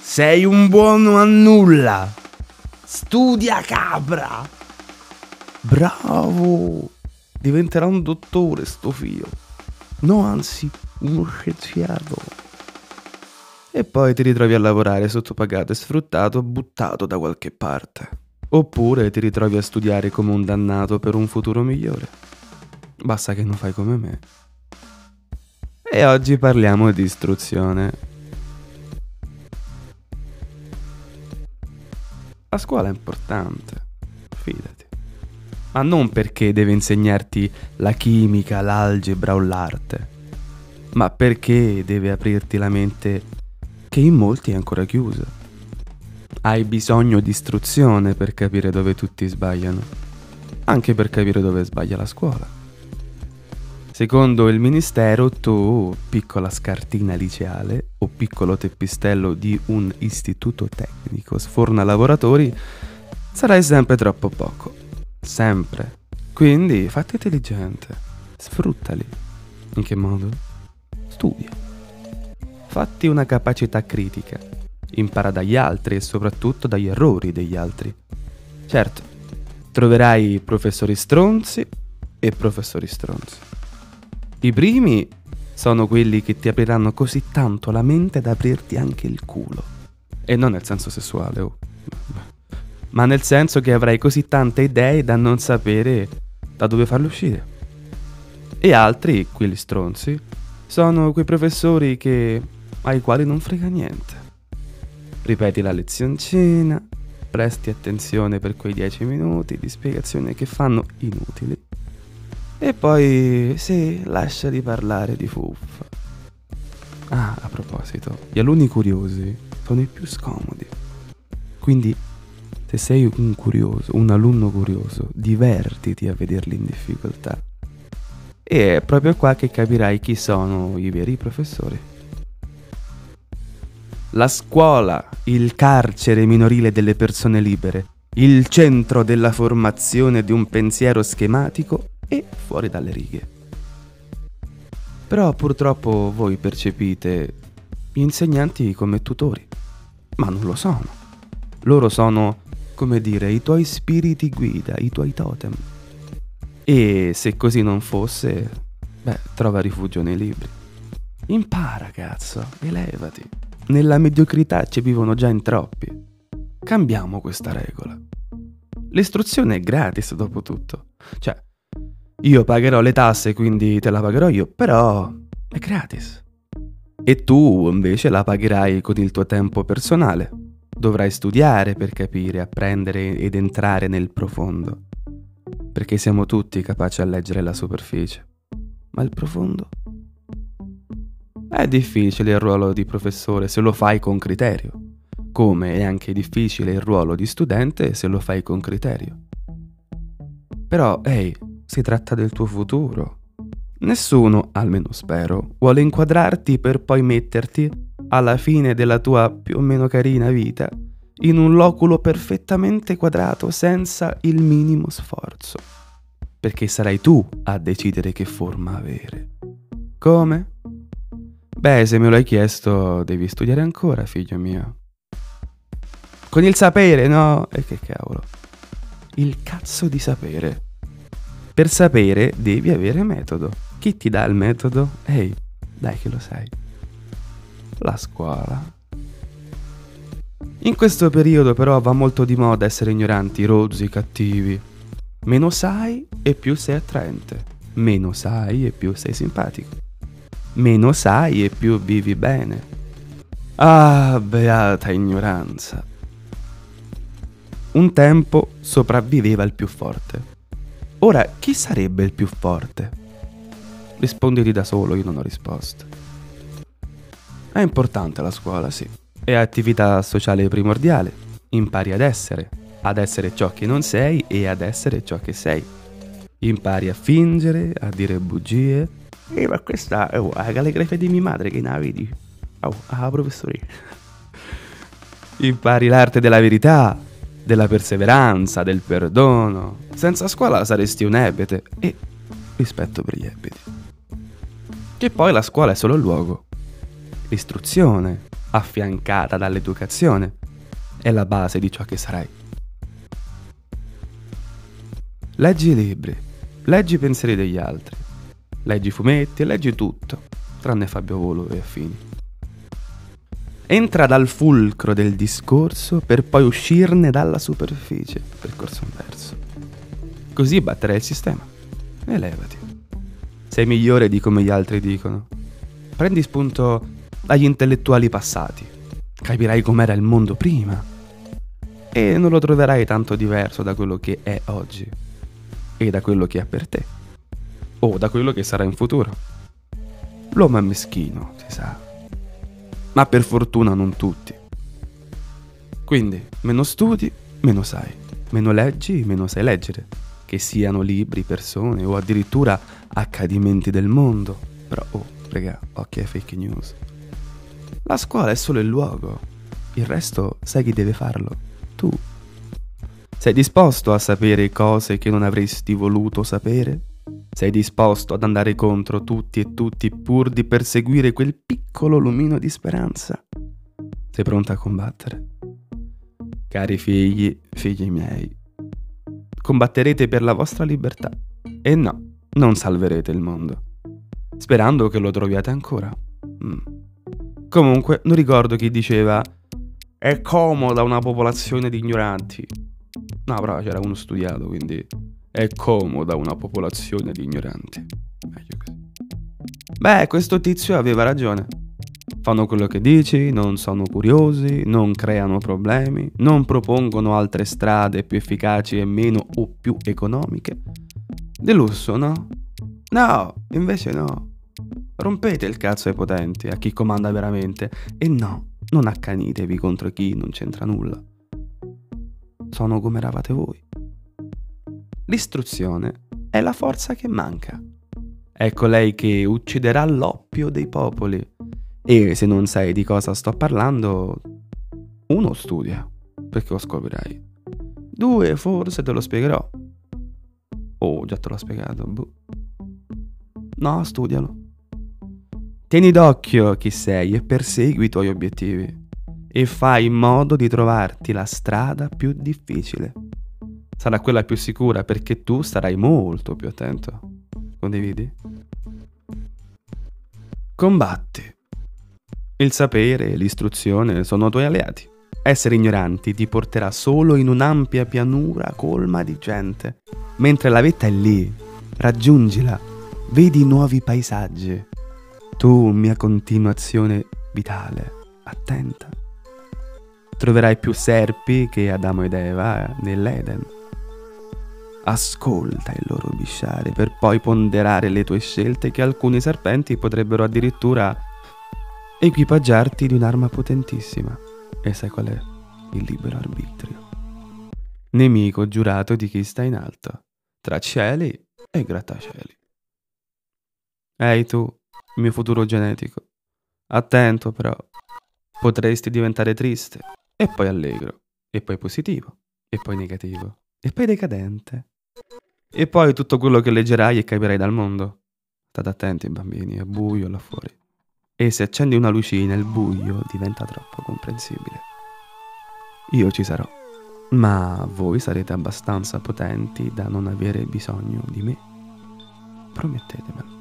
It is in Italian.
Sei un buono a nulla. Studia, capra. Bravo. Diventerà un dottore sto figlio. No, anzi, uno scienziato. E poi ti ritrovi a lavorare sottopagato e sfruttato, buttato da qualche parte. Oppure ti ritrovi a studiare come un dannato per un futuro migliore. Basta che non fai come me. E oggi parliamo di istruzione. La scuola è importante, fidati. Ma non perché deve insegnarti la chimica, l'algebra o l'arte, ma perché deve aprirti la mente che in molti è ancora chiusa. Hai bisogno di istruzione per capire dove tutti sbagliano, anche per capire dove sbaglia la scuola. Secondo il ministero, tu, piccola scartina liceale o piccolo teppistello di un istituto tecnico sforna lavoratori, sarai sempre troppo poco. Sempre. Quindi fatti intelligente. Sfruttali. In che modo? Studia. Fatti una capacità critica. Impara dagli altri e soprattutto dagli errori degli altri. Certo, troverai professori stronzi e professori stronzi. I primi sono quelli che ti apriranno così tanto la mente da aprirti anche il culo. E non nel senso sessuale, oh. Ma nel senso che avrai così tante idee da non sapere da dove farle uscire. E altri, quelli stronzi, sono quei professori ai quali non frega niente. Ripeti la lezioncina, presti attenzione per quei 10 minuti di spiegazione che fanno inutili. E poi, sì, lascia di parlare di fuffa. Ah, a proposito, gli alunni curiosi sono i più scomodi. Quindi, se sei un alunno curioso, divertiti a vederli in difficoltà. E è proprio qua che capirai chi sono i veri professori. La scuola, il carcere minorile delle persone libere, il centro della formazione di un pensiero schematico e fuori dalle righe. Però purtroppo voi percepite gli insegnanti come tutori, ma non lo sono. Loro sono, come dire, i tuoi spiriti guida, i tuoi totem. E se così non fosse, trova rifugio nei libri. Impara, cazzo, elevati. Nella mediocrità ci vivono già in troppi. Cambiamo questa regola. L'istruzione è gratis dopo tutto. Cioè, io pagherò le tasse, quindi te la pagherò io, però è gratis. E tu invece la pagherai con il tuo tempo personale. Dovrai studiare per capire, apprendere ed entrare nel profondo. Perché siamo tutti capaci a leggere la superficie. Ma il profondo? È difficile il ruolo di professore se lo fai con criterio. Come è anche difficile il ruolo di studente se lo fai con criterio. Però, si tratta del tuo futuro. Nessuno, almeno spero, vuole inquadrarti per poi metterti, alla fine della tua più o meno carina vita, in un loculo perfettamente quadrato senza il minimo sforzo. Perché sarai tu a decidere che forma avere. Come? Se me lo hai chiesto, devi studiare ancora, figlio mio. Con il sapere, no? E che cavolo? Il cazzo di sapere. Per sapere devi avere metodo. Chi ti dà il metodo? Dai che lo sai. La scuola. In questo periodo però va molto di moda essere ignoranti, rozzi, cattivi. Meno sai e più sei attraente. Meno sai e più sei simpatico. Meno sai e più vivi bene. Ah, beata ignoranza. Un tempo sopravviveva il più forte. Ora, chi sarebbe il più forte? Risponditi da solo, io non ho risposta. È importante la scuola, sì. È attività sociale primordiale. Impari ad essere ciò che non sei e ad essere ciò che sei. Impari a fingere, a dire bugie. Ma questa è la calligrafia di mia madre che ne vedi. Professore. Impari l'arte della verità, della perseveranza, del perdono. Senza scuola saresti un ebete. E rispetto per gli ebeti. Che poi la scuola è solo il luogo. L'istruzione, affiancata dall'educazione, è la base di ciò che sarai. Leggi i libri, leggi i pensieri degli altri, leggi i fumetti, leggi tutto, tranne Fabio Volo e affini. Entra dal fulcro del discorso per poi uscirne dalla superficie, percorso inverso. Così batterai il sistema. Elevati. Sei migliore di come gli altri dicono. Prendi spunto dagli intellettuali passati. Capirai com'era il mondo prima. E non lo troverai tanto diverso da quello che è oggi. E da quello che è per te. O da quello che sarà in futuro. L'uomo è meschino, si sa. Ma per fortuna non tutti. Quindi, meno studi, meno sai. Meno leggi, meno sai leggere. Che siano libri, persone o addirittura accadimenti del mondo. Però, raga, occhio ai fake news. La scuola è solo il luogo. Il resto sai chi deve farlo? Tu. Sei disposto a sapere cose che non avresti voluto sapere? Sei disposto ad andare contro tutti e tutti pur di perseguire quel piccolo lumino di speranza? Sei pronta a combattere? Cari figli miei, combatterete per la vostra libertà. E no, non salverete il mondo. Sperando che lo troviate ancora. Comunque, non ricordo chi diceva è comoda una popolazione di ignoranti. No, però c'era uno studiato, quindi è comoda una popolazione di ignoranti. Meglio così. Beh, questo tizio aveva ragione. Fanno quello che dici, non sono curiosi, non creano problemi, non propongono altre strade più efficaci e meno o più economiche. Di lusso, no? No, invece no. Rompete il cazzo ai potenti, a chi comanda veramente, e no, non accanitevi contro chi non c'entra nulla. Sono come eravate voi. L'istruzione è la forza che manca. È colei che ucciderà l'oppio dei popoli. E se non sai di cosa sto parlando, 1, studia, perché lo scoprirai. 2, forse te lo spiegherò. Oh, già te l'ho spiegato. No, studialo. Tieni d'occhio chi sei e persegui i tuoi obiettivi. E fai in modo di trovarti la strada più difficile. Sarà quella più sicura perché tu starai molto più attento. Condividi? Combatti. Il sapere e l'istruzione sono tuoi alleati. Essere ignoranti ti porterà solo in un'ampia pianura colma di gente. Mentre la vetta è lì, raggiungila, vedi nuovi paesaggi. Tu, mia continuazione vitale, attenta. Troverai più serpi che Adamo ed Eva nell'Eden. Ascolta il loro bisciare per poi ponderare le tue scelte, che alcuni serpenti potrebbero addirittura equipaggiarti di un'arma potentissima. E sai qual è? Il libero arbitrio. Nemico giurato di chi sta in alto, tra cieli e grattacieli. Ehi tu, il mio futuro genetico. Attento però, potresti diventare triste, e poi allegro, e poi positivo, e poi negativo, e poi decadente. E poi tutto quello che leggerai e capirai dal mondo. State attenti bambini, è buio là fuori. E se accendi una lucina il buio diventa troppo comprensibile. Io ci sarò, ma voi sarete abbastanza potenti da non avere bisogno di me. Promettetemelo.